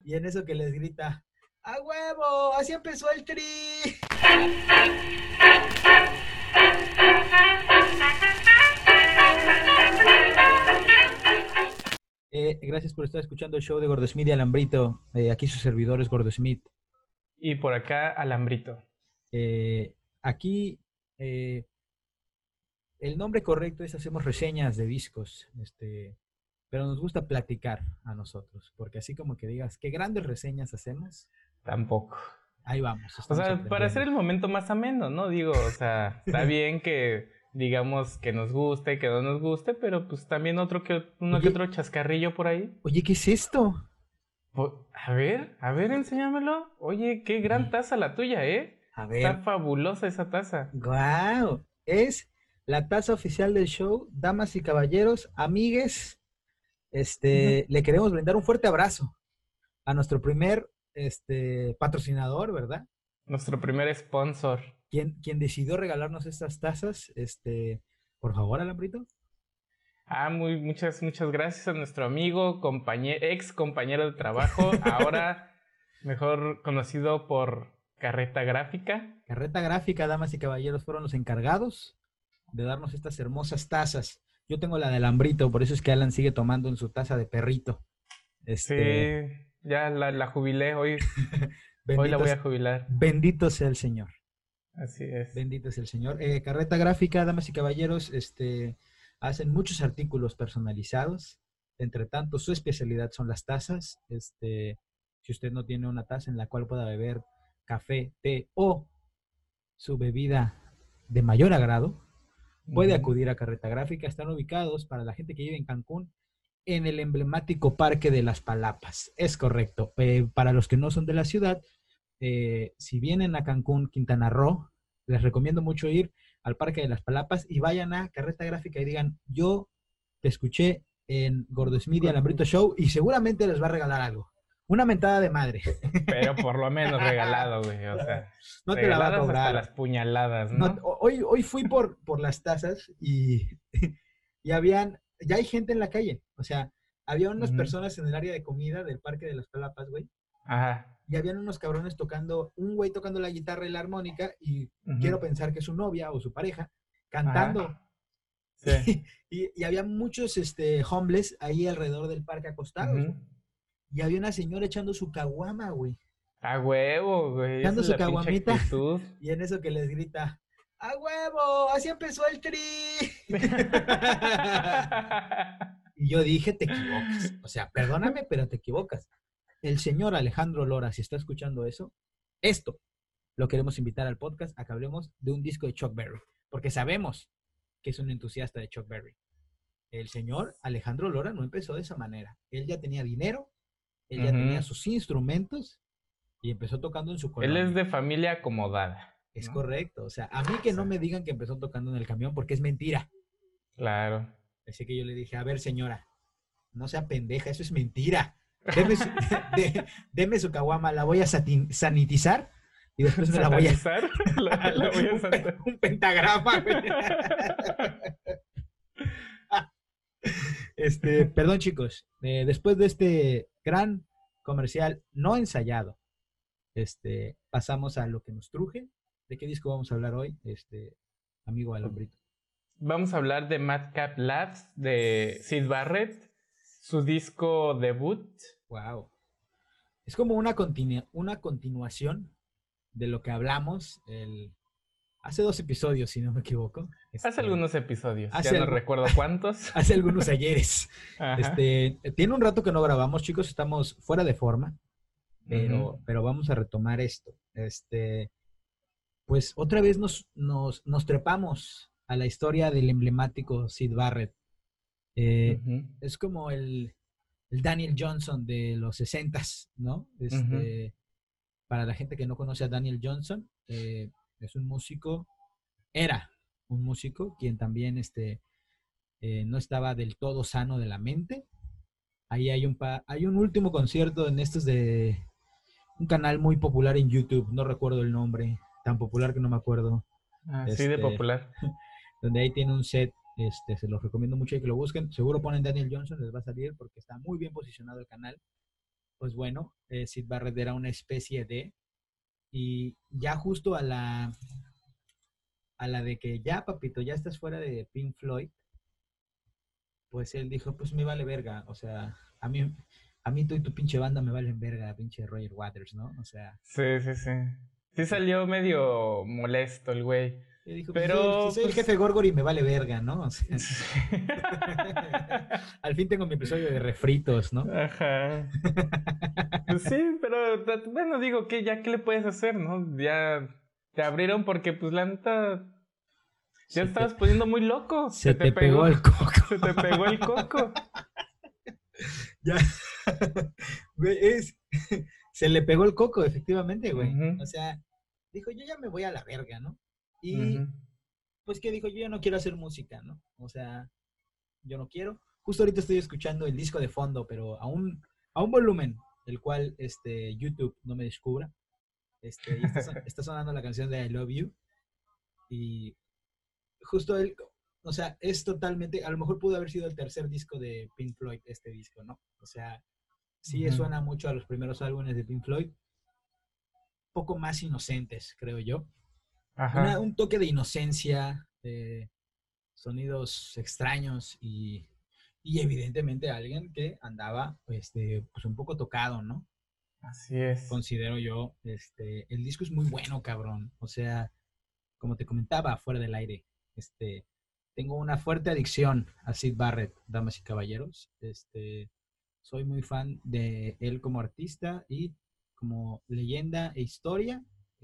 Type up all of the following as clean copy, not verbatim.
Y en eso que les grita, ¡a huevo! ¡Así empezó el tri! Gracias por estar escuchando el show de Gordosmith y Alambrito. Aquí su servidor es Gordosmith. Y por acá, Alambrito. Aquí el nombre correcto es hacemos reseñas de discos, pero nos gusta platicar a nosotros, porque así como que digas, qué grandes reseñas hacemos, Tampoco. ahí vamos, O estamos sea, para hacer aprendiendo. el momento más ameno, ¿no? Digo, o sea, está bien que digamos que nos guste, que no nos guste, pero pues también uno que Oye, otro chascarrillo por ahí. oye, ¿qué es esto? A ver, enséñamelo. Oye, qué gran Oye, taza la tuya, ¿eh? a Está ver, fabulosa esa taza. wow, es la taza oficial del show, damas y caballeros, amigues, le queremos brindar un fuerte abrazo a nuestro primer, patrocinador, ¿verdad? Nuestro primer sponsor. Quien decidió regalarnos estas tazas, por favor, Alambrito. Muchas gracias a nuestro amigo, ex compañero de trabajo, ahora mejor conocido por Carreta Gráfica. Carreta Gráfica, damas y caballeros, fueron los encargados de darnos estas hermosas tazas. Yo tengo la de Alambrito, por eso es que Alan sigue tomando en su taza de perrito. Sí, Este, ya la jubilé, hoy la bendito, voy a jubilar. bendito sea el Señor. Así es. Bendito sea el Señor. Carreta Gráfica, damas y caballeros, hacen muchos artículos personalizados. Entre tanto, su especialidad son las tazas. Si usted no tiene una taza en la cual pueda beber café, té o su bebida de mayor agrado, puede Ujú. acudir a Carreta Gráfica. Están ubicados para la gente que vive en Cancún en el emblemático Parque de las Palapas. Es correcto. Para los que no son de la ciudad, si vienen a Cancún, Quintana Roo, les recomiendo mucho ir al Parque de las Palapas y vayan a Carreta Gráfica y digan, yo te escuché en Gordo Smith y Alambrito Show y seguramente les va a regalar algo. Una mentada de madre. Pero por lo menos regalado, güey. O sea, No te la va a regaladas hasta cobrar. las puñaladas, No, ¿no? hoy fui por las tazas y, y ya hay gente en la calle. O sea, había unas Ujú. personas en el área de comida del Parque de las Palapas, güey, Ajá. y habían unos cabrones tocando, un güey tocando la guitarra y la armónica, y Ujú. quiero pensar que es su novia o su pareja, cantando. Ajá. Sí. Y había muchos homeless ahí alrededor del parque acostados, Ujú. güey. Y había una señora echando su caguama, güey. A huevo, güey. Esa Echando es su la pinche caguamita, actitud. y en eso que les grita, ¡a huevo! ¡Así empezó el tri! Y yo dije, te equivocas. O sea, perdóname, pero te equivocas. El señor Alejandro Lora, si está escuchando eso, esto lo queremos invitar al podcast a que hablemos de un disco de Chuck Berry, porque sabemos que es un entusiasta de Chuck Berry. El señor Alejandro Lora no empezó de esa manera. Él ya tenía dinero, él ya tenía Ujú. sus instrumentos y empezó tocando en su Él es colonia. de familia acomodada, Es ¿no? correcto. O sea, a mí O que no sea, me digan que empezó tocando en el camión porque es mentira. claro. Así que yo le dije, a ver señora, no sea pendeja, eso es mentira. Deme su, deme su caguama, la voy a sanitizar y después me la voy a... Satanizar, la voy a santa. un pentagrama, güey. Perdón, chicos. Después de este gran comercial no ensayado, pasamos a lo que nos truje. ¿De qué disco vamos a hablar hoy, amigo Alambrito? Vamos a hablar de Madcap Labs de Syd Barrett, su disco debut. Wow. Es como una continuación de lo que hablamos hace 2 episodios, si no me equivoco. Hace algunos episodios, ya Hace, no algo, recuerdo cuántos. hace algunos ayeres. Ajá. Tiene un rato que no grabamos, chicos, estamos fuera de forma, Ujú. pero vamos a retomar esto. Pues otra vez nos trepamos a la historia del emblemático Syd Barrett. Eh, Ujú. es como el Daniel Johnson de los 60s, ¿no? Ujú. Para la gente que no conoce a Daniel Johnson, es un músico, era un músico quien también no estaba del todo sano de la mente. Ahí hay un último concierto en estos de un canal muy popular en YouTube, no recuerdo el nombre, tan popular que no me acuerdo, Así de este, popular. donde ahí tiene un set, se los recomiendo mucho que lo busquen, seguro ponen Daniel Johnson, les va a salir porque está muy bien posicionado el canal. pues bueno, Sid Barrett era una especie de, y ya justo a la de que ya, papito, ya estás fuera de Pink Floyd, pues él dijo, pues me vale verga, o sea, a mí tú y tu pinche banda me valen verga, pinche Roger Waters, ¿no? O sea, Sí, sí, sí. Sí salió medio molesto el güey. yo dijo, pues si Pero, soy el pues. jefe Gorgory me vale verga, ¿no? O sea, al fin tengo mi episodio de refritos, ¿no? Ajá. Pues sí, pero bueno, digo que ya qué le puedes hacer, ¿no? Ya te abrieron porque pues la neta ya Se te, estabas poniendo muy loco. se te pegó el Se te coco. pegó el coco. Ya. Güey, se le pegó el coco, efectivamente, güey. Ujú, O sea, dijo, yo ya me voy a la verga, ¿no? Y ujú. pues que dijo, yo ya no quiero hacer música, ¿no? O sea, yo no quiero. Justo ahorita estoy escuchando el disco de fondo, pero a un volumen, el cual YouTube no me descubra. Y está sonando la canción de I Love You. Y justo él, o sea, es totalmente, a lo mejor pudo haber sido el tercer disco de Pink Floyd, este disco, ¿no? O sea, sí Ujú. suena mucho a los primeros álbumes de Pink Floyd, poco más inocentes, creo yo. Ajá. Un toque de inocencia, sonidos extraños y evidentemente alguien que andaba pues un poco tocado, ¿no? Así es. Considero yo, el disco es muy bueno, cabrón. O sea, como te comentaba fuera del aire, tengo una fuerte adicción a Sid Barrett, damas y caballeros. Soy muy fan de él como artista y como leyenda e historia.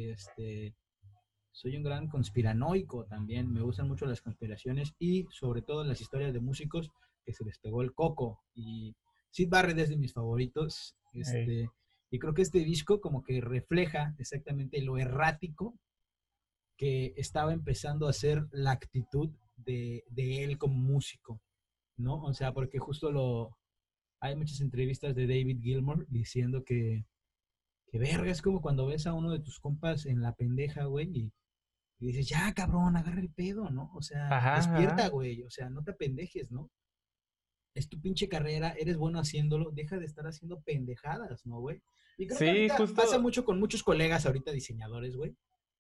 Soy un gran conspiranoico también. Me gustan mucho las conspiraciones y sobre todo las historias de músicos que se les pegó el coco. Y Sid Barrett es de mis favoritos. Ey. Y creo que este disco como que refleja exactamente lo errático que estaba empezando a ser la actitud de él como músico, ¿no? O sea, porque hay muchas entrevistas de David Gilmour diciendo que verga, es como cuando ves a uno de tus compas en la pendeja, güey, y dices, ya, cabrón, agarra el pedo, ¿no? O sea, Ajá, despierta, ajá. güey, o sea, no te apendejes, ¿no? Es tu pinche carrera, eres bueno haciéndolo, deja de estar haciendo pendejadas, ¿no, güey? Y creo que Sí, ahorita pasa justo. mucho con muchos colegas ahorita diseñadores, güey,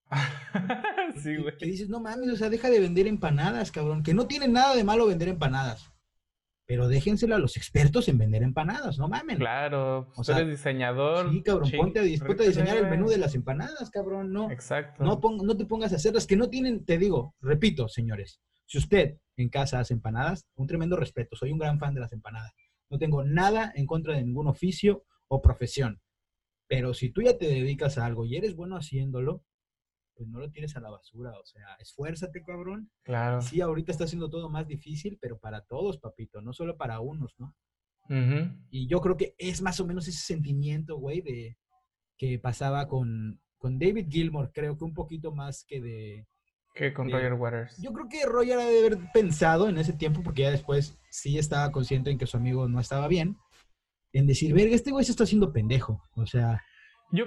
Sí, que güey. dices, no mames, o sea, deja de vender empanadas, cabrón, que no tiene nada de malo vender empanadas, pero déjenselo a los expertos en vender empanadas, no mamen. Claro, pues O tú eres sea, sí, diseñador, cabrón, ponte a rífale, diseñar el menú güey. de las empanadas, cabrón, no, no, Exacto. no te pongas a hacer las que no tienen, te digo, repito, señores, si usted en casa hace empanadas, un tremendo respeto, soy un gran fan de las empanadas, no tengo nada en contra de ningún oficio o profesión, pero si tú ya te dedicas a algo y eres bueno haciéndolo, pues no lo tires a la basura, o sea, esfuérzate, cabrón. Y Claro. sí, ahorita está haciendo todo más difícil, pero para todos, papito, no solo para unos, ¿no? Ujú. Y yo creo que es más o menos ese sentimiento, güey, de que pasaba con David Gilmour, creo que un poquito más que Que con de... Roger Waters. Yo creo que Roger ha de haber pensado en ese tiempo, porque ya después sí estaba consciente en que su amigo no estaba bien, en decir, verga, este güey se está haciendo pendejo, o sea, Yo,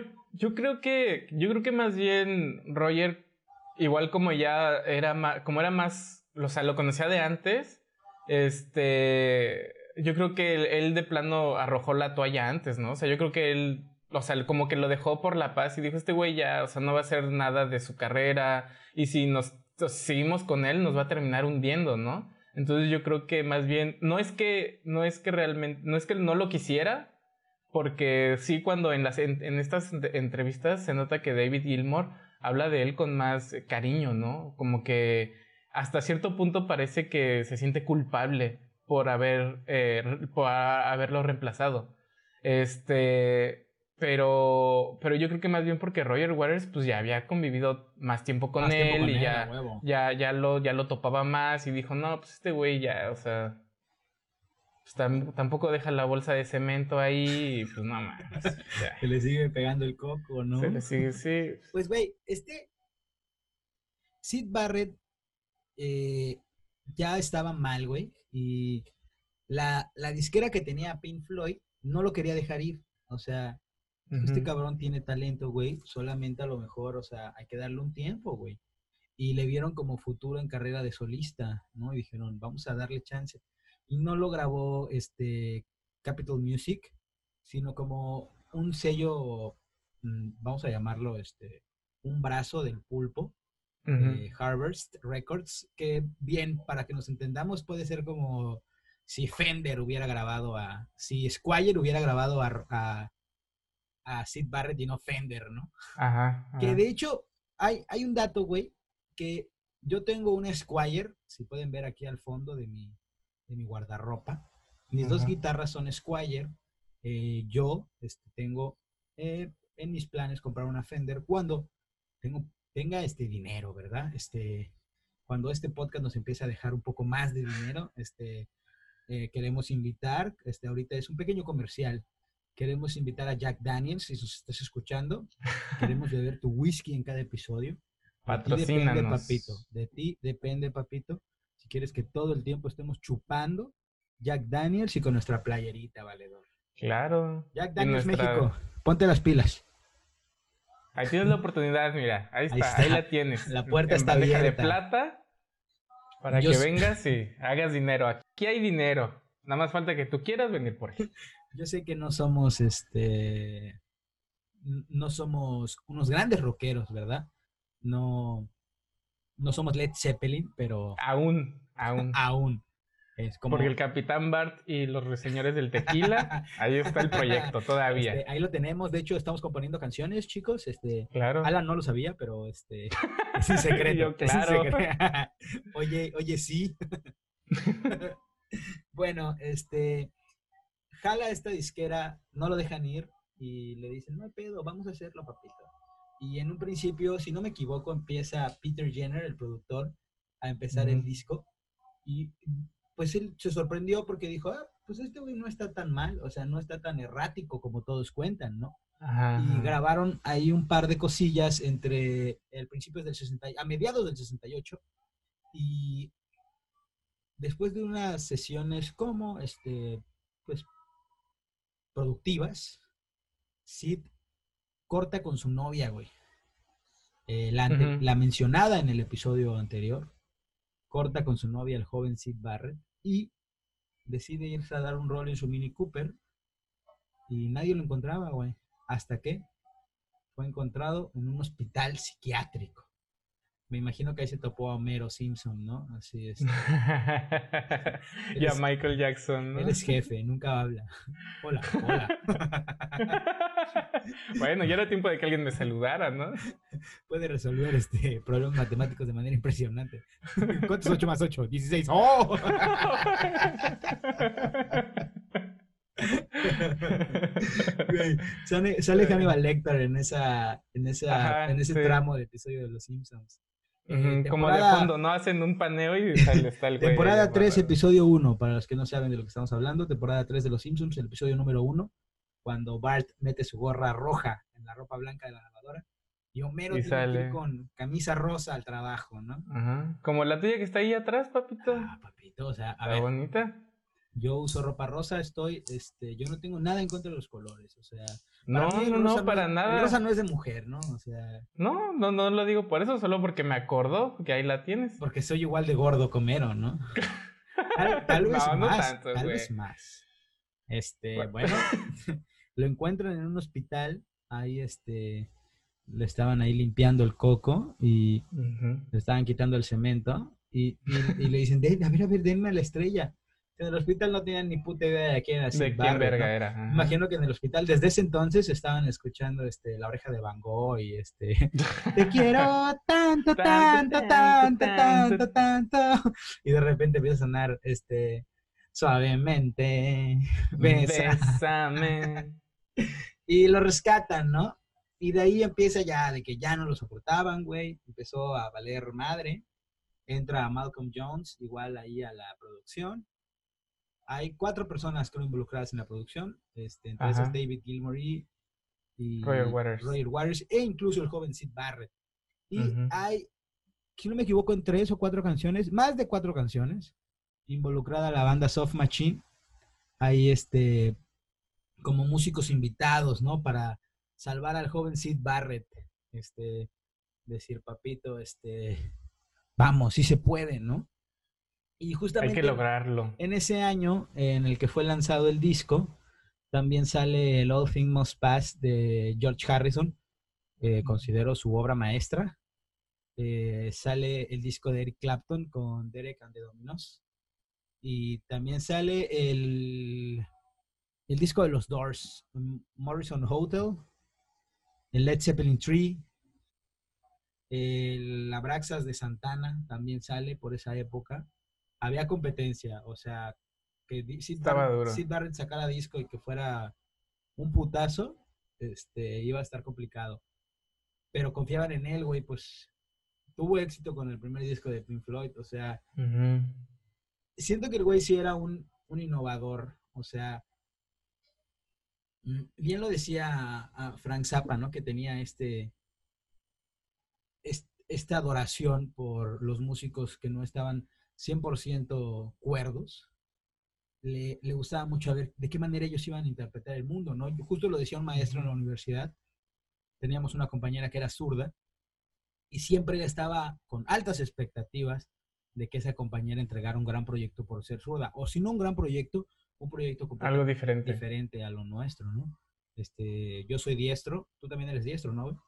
yo creo que más bien Roger, igual como ya era más, como era más, o sea, lo conocía de antes, yo creo que él de plano arrojó la toalla antes, ¿no? O sea, yo creo que él, o sea, como que lo dejó por la paz y dijo, este güey ya, o sea, no va a hacer nada de su carrera y si seguimos con él nos va a terminar hundiendo, ¿no? Entonces yo creo que más bien, no es que realmente, no es que él no lo quisiera, porque sí, cuando en estas entrevistas se nota que David Gilmour habla de él con más cariño, ¿no? Como que hasta cierto punto parece que se siente culpable por haberlo reemplazado. Pero yo creo que más bien porque Roger Waters pues ya había convivido más tiempo con más tiempo él con y él, a huevo. ya lo topaba más y dijo, no, pues este güey ya, o sea, pues tampoco deja la bolsa de cemento ahí y pues no mames, ya, Se le sigue pegando el coco, se le ¿no? sigue, sí. Pues, güey, Sid Barrett eh, ya estaba mal, güey, y la disquera que tenía Pink Floyd no lo quería dejar ir, o sea, dijo, este Ujú. cabrón tiene talento, güey, solamente a lo mejor, o sea, hay que darle un tiempo, güey. Y le vieron como futuro en carrera de solista, ¿no? Y dijeron, vamos a darle chance. Y no lo grabó Capitol Music, sino como un sello, vamos a llamarlo un brazo del pulpo, Ujú. Harvest Records, que bien, para que nos entendamos, puede ser como si Fender hubiera grabado si Squire hubiera grabado a Sid Barrett y no Fender, ¿no? Ajá, Que ajá. de hecho hay un dato, güey, que yo tengo un Squire, si pueden ver aquí al fondo de mi guardarropa. Mis dos Ajá. guitarras son Squire. Yo tengo en mis planes comprar una Fender cuando tenga este dinero, ¿verdad? Cuando este podcast nos empiece a dejar un poco más de dinero, queremos invitar, ahorita es un pequeño comercial, queremos invitar a Jack Daniels, si nos estás escuchando, queremos beber tu whisky en cada episodio. De ti depende, papito, Patrocínanos. de ti depende, papito, si quieres que todo el tiempo estemos chupando Jack Daniels y con nuestra playerita, valedor. Claro. Jack Y Daniels México, nuestra... ponte las pilas. Ahí tienes la oportunidad, mira. Ahí Ahí está, ahí está, la tienes. la puerta En está bandeja de abierta. plata para Yo, que vengas y hagas dinero. Aquí hay dinero. Nada más falta que tú quieras venir por él. yo sé que no somos unos grandes rockeros, ¿verdad? No, no somos Led Zeppelin, pero Aún, aún. aún es Porque el como... Capitán Bart y los señores del tequila, ahí está el proyecto todavía. ahí lo tenemos. De hecho, estamos componiendo canciones, chicos. Claro. Alan no lo sabía, pero es un Y secreto. yo, Es un claro. secreto. Oye, oye, sí. Bueno, jala esta disquera, no lo dejan ir y le dicen, no hay pedo, vamos a hacerlo, papito. Y en un principio, si no me equivoco, empieza Peter Jenner, el productor, a empezar el Ujú. disco. Y pues él se sorprendió porque dijo, pues este güey no está tan mal, o sea, no está tan errático como todos cuentan, ¿no? Ajá, Y ajá. grabaron ahí un par de cosillas entre el principio del a mediados del 68 y después de unas sesiones como, pues, productivas, Sid corta con su novia, güey. Ujú. La mencionada en el episodio anterior, corta con su novia, el joven Sid Barrett, y decide irse a dar un rol en su Mini Cooper y nadie lo encontraba, güey. Hasta que fue encontrado en un hospital psiquiátrico. Me imagino que ahí se topó a Homero Simpson, ¿no? Así, él Y a es, Michael Jackson, él ¿no? es jefe, nunca habla. Hola, hola. Bueno, ya era tiempo de que alguien me saludara, ¿no? Puede resolver problemas matemáticos de manera impresionante. ¿Cuánto es 8 más 8? 16. ¡Oh! Güey, sale Hannibal Lecter en Ajá, ese sí. tramo de episodio de Los Simpsons. Ujú, como de Temporada, fondo, ¿no? Hacen un paneo y sale, está el güey ahí temporada 3, amarrado. episodio 1, para los que no saben de lo que estamos hablando. Temporada 3 de Los Simpsons, el episodio número 1, cuando Bart mete su gorra roja en la ropa blanca de la lavadora y Homero Y tiene que ir sale. con camisa rosa al trabajo, ¿no? Ajá. Como la tuya que está ahí atrás, papito. Papito, o sea, a Está ver, bonita. yo uso ropa rosa, yo no tengo nada en contra de los colores, o sea, para mí No, no, no, para el rosa nada. no es de mujer, ¿no? O sea, No, no, no lo digo por eso, solo porque me acordó que ahí la tienes. porque soy igual de gordo comero, ¿no? Tal vez No, no más, tanto, tal güey. vez más. Bueno. Bueno, lo encuentran en un hospital, ahí le estaban ahí limpiando el coco y Ujú. le estaban quitando el cemento y le dicen, a ver, denme a la estrella. En el hospital no tenían ni puta idea de quién era Sid ¿De quién Barrett, verga ¿no? era? Me Ajá. imagino que en el hospital desde ese entonces estaban escuchando La Oreja de Van Gogh y te quiero tanto, Tanto, tanto, tanto, tanto, tanto. tanto, tanto. Y de repente empieza a sonar suavemente, besa. Bésame. Y lo rescatan, ¿no? Y de ahí empieza ya, de que ya no lo soportaban, güey. Empezó a valer madre. Entra Malcolm Jones, igual ahí a la producción. Hay 4 personas creo involucradas en la producción, entre esas Ajá. David Gilmour Roger y Waters. Roger Waters e incluso el joven Sid Barrett. Y Ujú. hay, si no me equivoco, en 3 o 4 canciones, más de 4 canciones, involucrada la banda Soft Machine. Hay como músicos invitados, ¿no? Para salvar al joven Sid Barrett. Este, decir, papito, vamos, sí se puede, ¿no? Y Hay que justamente lograrlo. en ese año en el que fue lanzado el disco, También sale el All Things Must Pass de George Harrison, considero su obra maestra. Sale el disco de Eric Clapton con Derek and the Dominos. Y también sale el disco de los Doors, Morrison Hotel, el Led Zeppelin 3, el Abraxas de Santana también sale por esa época. Había competencia, o sea, que Estaba duro. Sid Barrett sacara disco y que fuera un putazo, iba a estar complicado. Pero confiaban en él, güey, pues tuvo éxito con el primer disco de Pink Floyd, o sea, Ujú. siento que el güey sí era un innovador, o sea, bien lo decía a Frank Zappa, ¿no? Que tenía esta adoración por los músicos que no estaban 100% cuerdos. Le gustaba mucho ver de qué manera ellos iban a interpretar el mundo, ¿no? Justo lo decía un maestro en la universidad, teníamos una compañera que era zurda y siempre estaba con altas expectativas de que esa compañera entregara un gran proyecto por ser zurda, o si no un gran proyecto, un proyecto Algo completamente diferente. diferente a lo nuestro, ¿no? Yo soy diestro, tú también eres diestro, ¿no?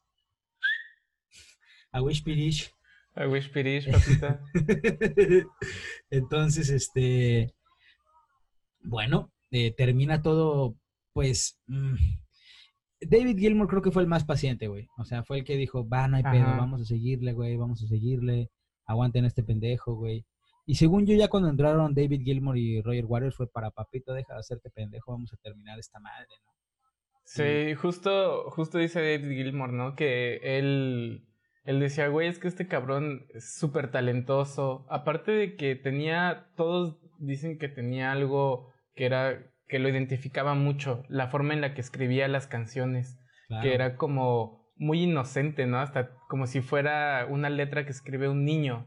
A wish Pirish. I wish Pirish, papita. Entonces, bueno, termina todo, pues, David Gilmour creo que fue el más paciente, güey. O sea, fue el que dijo, va, no hay pedo, Ajá. vamos a seguirle, güey, vamos a seguirle, aguanten a este pendejo, güey. Y según yo, ya cuando entraron David Gilmour y Roger Waters fue para papito, deja de hacerte pendejo, vamos a terminar esta madre, ¿no? Y Sí, justo dice David Gilmour, ¿no? Que él decía, güey, es que este cabrón es súper talentoso. Aparte de que todos dicen que tenía algo que lo identificaba mucho, la forma en la que escribía las canciones, que claro, era como muy inocente, ¿no? Hasta como si fuera una letra que escribe un niño,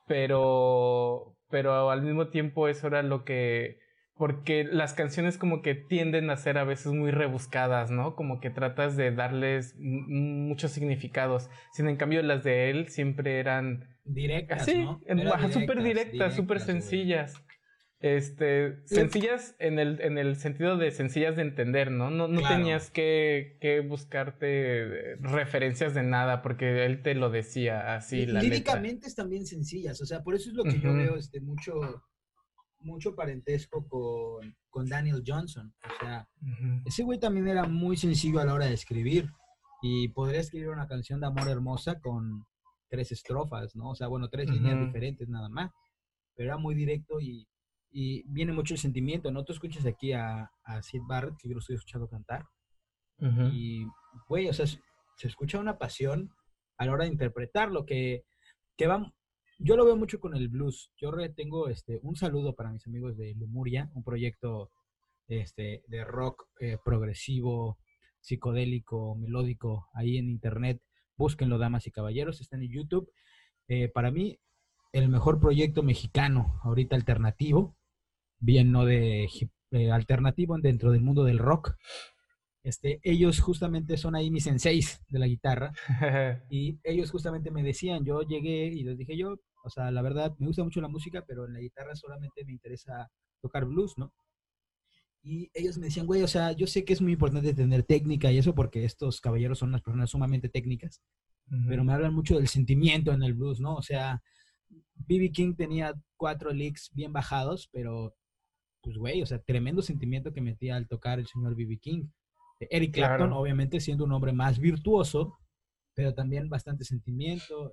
pero al mismo tiempo eso era lo que porque las canciones como que tienden a ser a veces muy rebuscadas, ¿no? Como que tratas de darles muchos significados. Sin en cambio las de él siempre eran directas, así, ¿no? Era súper directas, súper directas, güey. sencillas. Le- Sencillas en el sentido de sencillas de entender, ¿no? No claro, tenías que buscarte referencias de nada porque él te lo decía así la letra. líricamente están bien sencillas, o sea, por eso es lo que yo Ujú, veo mucho parentesco con Daniel Johnson. O sea, ujú, ese güey también era muy sencillo a la hora de escribir y podría escribir una canción de amor hermosa con tres estrofas, ¿no? O sea, bueno, tres líneas ujú, diferentes nada más, pero era muy directo y viene mucho el sentimiento, ¿no? Tú escuchas aquí a Sid Barrett, que yo lo estoy escuchando cantar, ujú. y, güey, o sea, se escucha una pasión a la hora de interpretarlo, que va, yo lo veo mucho con el blues. Yo tengo un saludo para mis amigos de Lumuria, un proyecto de rock progresivo, psicodélico, melódico, ahí en internet. Búsquenlo, damas y caballeros, está en YouTube. Para mí, el mejor proyecto mexicano, ahorita alternativo, bien no de alternativo dentro del mundo del rock. Ellos justamente son ahí mis senseis de la guitarra y ellos justamente me decían, yo llegué y les dije yo, o sea, la verdad, me gusta mucho la música, pero en la guitarra solamente me interesa tocar blues, ¿no? Y ellos me decían, güey, o sea, yo sé que es muy importante tener técnica y eso porque estos caballeros son unas personas sumamente técnicas, pero Ujú. me hablan mucho del sentimiento en el blues, ¿no? O sea, B.B. King tenía 4 licks bien bajados, pero, pues, güey, o sea, tremendo sentimiento que metía al tocar el señor B.B. King. Eric Clapton, Claro. obviamente, siendo un hombre más virtuoso, pero también bastante sentimiento.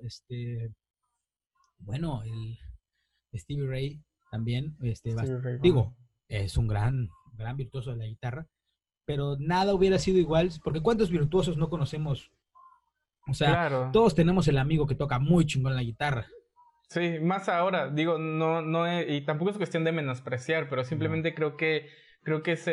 Bueno, el Stevie Ray también, Stevie Ray Vaughan. digo, es un gran virtuoso de la guitarra, pero nada hubiera sido igual, porque ¿cuántos virtuosos no conocemos? O sea, Claro. todos tenemos el amigo que toca muy chingón la guitarra. Sí, más ahora, digo, y tampoco es cuestión de menospreciar, pero No, simplemente creo que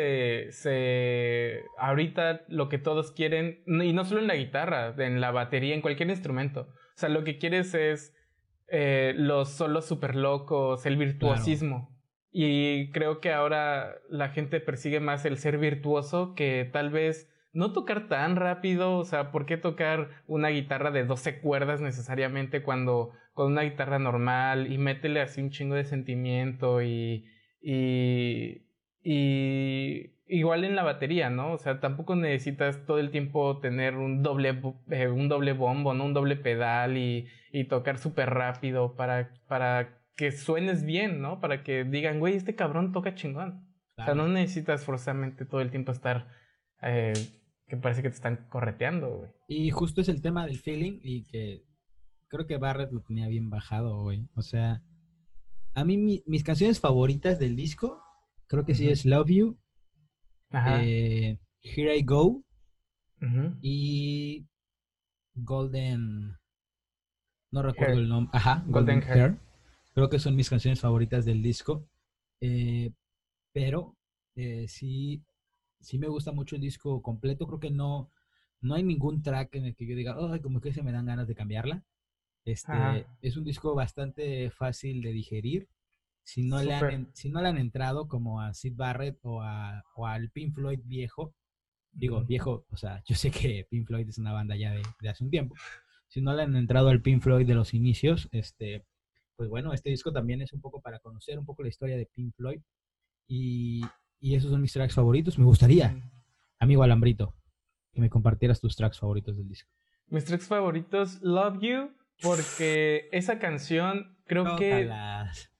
ahorita lo que todos quieren, y no solo en la guitarra, en la batería, en cualquier instrumento, o sea, lo que quieres es los solos super locos, el claro, virtuosismo, y creo que ahora la gente persigue más el ser virtuoso que tal vez no tocar tan rápido, o sea, ¿por qué tocar una guitarra de 12 cuerdas necesariamente cuando con una guitarra normal y métele así un chingo de sentimiento y igual en la batería, ¿no? O sea, tampoco necesitas todo el tiempo tener un doble bombo, ¿no? Un doble pedal y tocar súper rápido para que suenes bien, ¿no? Para que digan, güey, este cabrón toca chingón. O sea, Claro. no necesitas forzosamente todo el tiempo estar eh, que parece que te están correteando, güey. Y justo es el tema del feeling y que creo que Barrett lo tenía bien bajado, güey. O sea, a mí mis canciones favoritas del disco, creo que sí Ujú. es Love You, Ajá. Here I Go Ujú. y Golden, no recuerdo Hair. el nombre, ajá, Golden Golden Hair. Hair. Creo que son mis canciones favoritas del disco. Eh, pero sí, sí me gusta mucho el disco completo. Creo que no hay ningún track en el que yo diga, "Ay, como que se me dan ganas de cambiarla". Ajá. Es un disco bastante fácil de digerir. Súper. Si no le han entrado como a Sid Barrett o al Pink Floyd viejo, digo Ujú. viejo, o sea, yo sé que Pink Floyd es una banda ya de hace un tiempo. Si no le han entrado al Pink Floyd de los inicios, pues bueno, este disco también es un poco para conocer un poco la historia de Pink Floyd y, y esos son mis tracks favoritos. Me gustaría, Ujú. amigo Alambrito, que me compartieras tus tracks favoritos del disco. Mis tracks favoritos, Love You, porque esa canción creo que... Tócalas.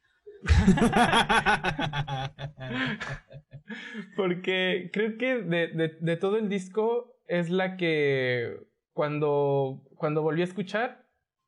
Porque creo que de todo el disco es la que cuando volví a escuchar,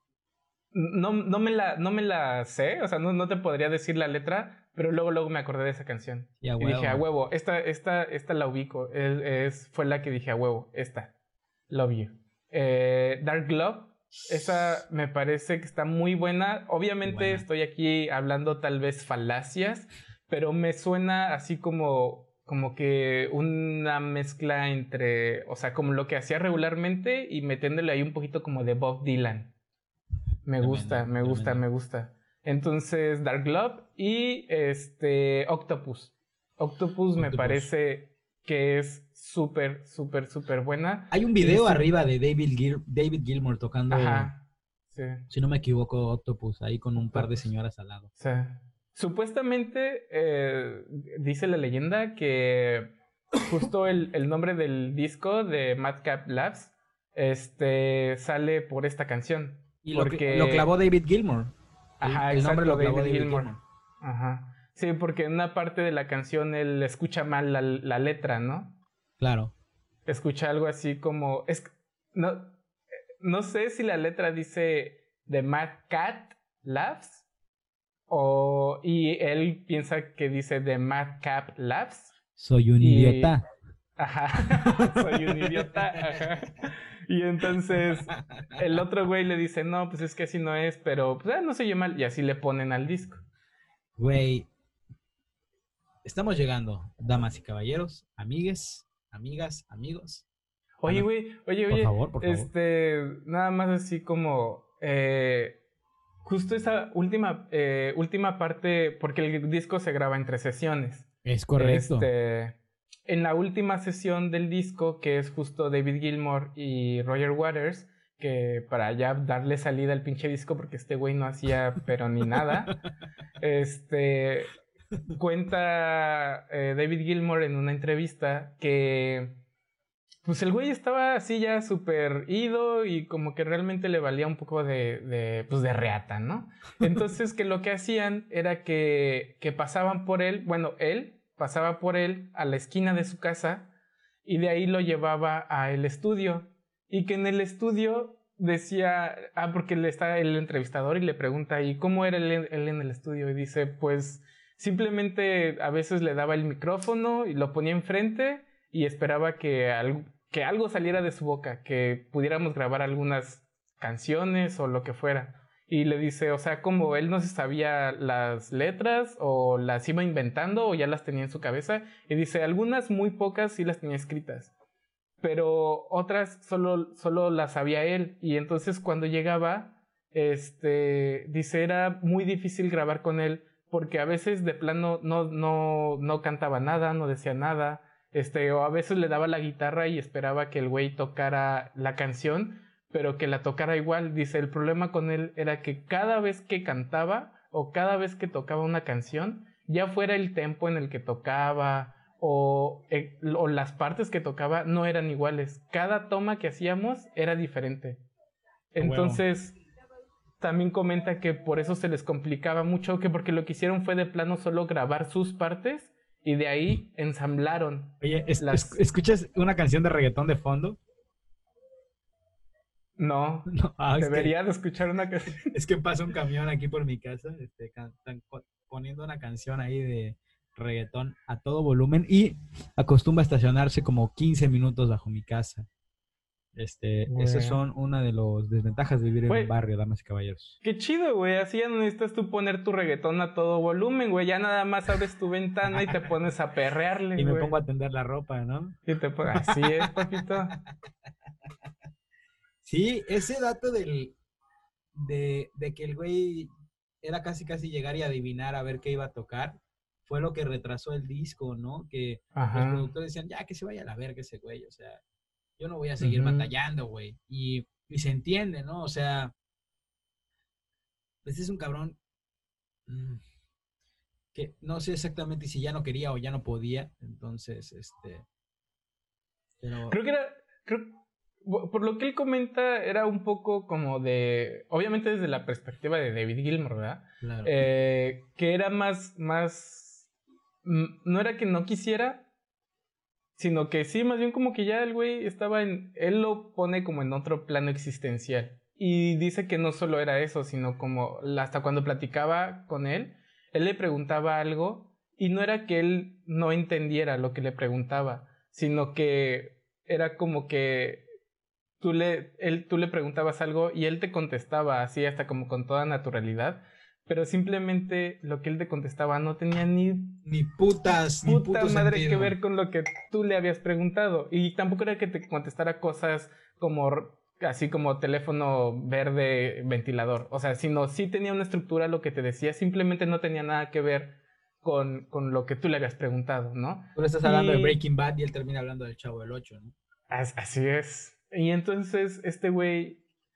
no me la sé, o sea, no te podría decir la letra, pero luego me acordé de esa canción. Ya, Y dije, a huevo. huevo, esta la ubico, fue la que dije, a huevo, esta, Love You. Dark Love, esa me parece que está muy buena. Muy Obviamente buena. estoy aquí hablando tal vez falacias, pero me suena así como que una mezcla entre, o sea, como lo que hacía regularmente y metiéndole ahí un poquito como de Bob Dylan. Tremendo, tremendo. Me gusta. Entonces, Dark Love y Octopus. Octopus me Octopus. parece que es súper buena. Hay un Y video sí, arriba de David Gilmour tocando, ajá, sí, si no me equivoco, Octopus, ahí con un par de Octopus. señoras al lado. Sí. Supuestamente dice la leyenda que justo el nombre del disco de Madcap Labs sale por esta canción. Y lo clavó Porque David Gilmour. ajá, El nombre exacto, lo clavó David David Gilmour. Gilmour. Ajá. Sí, porque en una parte de la canción él escucha mal la letra, ¿no? Claro. Escucha algo así como. No, no sé si la letra dice The Mad Cat Laughs y él piensa que dice The Madcap Laughs Soy un y. idiota. Ajá, soy un idiota, ajá. Y entonces el otro güey le dice, no, pues es que así no es, pero pues no se oye mal. Y así le ponen al disco. Güey, estamos llegando, damas y caballeros, amigues, amigas, amigos. A Oye, nue- güey, por favor, por favor. nada más así como, justo esa última parte, porque el disco se graba entre sesiones. Es correcto. Este, en la última sesión del disco, que es justo David Gilmour y Roger Waters, que para ya darle salida al pinche disco, porque este güey no hacía pero ni nada, este, cuenta David Gilmour en una entrevista que pues el güey estaba así ya súper ido y como que realmente le valía un poco pues de reata, ¿no? Entonces que lo que hacían era que pasaban por él, bueno, él pasaba por él a la esquina de su casa y de ahí lo llevaba a el estudio y que en el estudio decía, porque le está el entrevistador y le pregunta, ¿y cómo era él en el estudio? Y dice, pues simplemente a veces le daba el micrófono y lo ponía enfrente y esperaba que algo saliera de su boca, que pudiéramos grabar algunas canciones o lo que fuera. Y le dice, o sea, como él no se sabía las letras o las iba inventando o ya las tenía en su cabeza. Y dice, algunas muy pocas sí las tenía escritas, pero otras solo las sabía él. Y entonces cuando llegaba, dice, era muy difícil grabar con él porque a veces de plano no cantaba nada, no decía nada, o a veces le daba la guitarra y esperaba que el güey tocara la canción, pero que la tocara igual. Dice, el problema con él era que cada vez que cantaba o cada vez que tocaba una canción, ya fuera el tempo en el que tocaba o las partes que tocaba no eran iguales. Cada toma que hacíamos era diferente. Entonces, también comenta que por eso se les complicaba mucho, que porque lo que hicieron fue de plano solo grabar sus partes y de ahí ensamblaron. Oye, ¿escuchas una canción de reggaetón de fondo? No, No, debería de escuchar una canción. Es que pasa un camión aquí por mi casa, están poniendo una canción ahí de reggaetón a todo volumen y acostumbra a estacionarse como 15 minutos bajo mi casa. Esas son una de las desventajas de vivir en un barrio, damas y caballeros. Qué chido, güey. Así ya no necesitas tú poner tu reggaetón a todo volumen, güey. Ya nada más abres tu ventana y te pones a perrearle, y me pongo a tender la ropa, ¿no? Y así es, papito. Sí, ese dato de que el güey era casi llegar y adivinar a ver qué iba a tocar, fue lo que retrasó el disco, ¿no? Que los productores decían, ya que se vaya a la verga ese güey, o sea, yo no voy a seguir batallando, güey. Y se entiende, ¿no? O sea, pues es un cabrón que no sé exactamente si ya no quería o ya no podía, entonces, pero... Por lo que él comenta, era un poco como de, obviamente desde la perspectiva de David Gilmour, ¿verdad? Claro. Que era más, no era que no quisiera, sino que sí, más bien como que ya el güey estaba él lo pone como en otro plano existencial. Y dice que no solo era eso, sino como hasta cuando platicaba con él le preguntaba algo y no era que él no entendiera lo que le preguntaba, sino que era como que tú le preguntabas algo y él te contestaba así hasta como con toda naturalidad, pero simplemente lo que él te contestaba no tenía ni puta madre sentido que ver con lo que tú le habías preguntado, y tampoco era que te contestara cosas como así como teléfono verde ventilador, o sea, sino sí tenía una estructura lo que te decía, simplemente no tenía nada que ver con lo que tú le habías preguntado, ¿no? Tú estás hablando de Breaking Bad y él termina hablando del Chavo del Ocho, ¿no? Así es. Y entonces este güey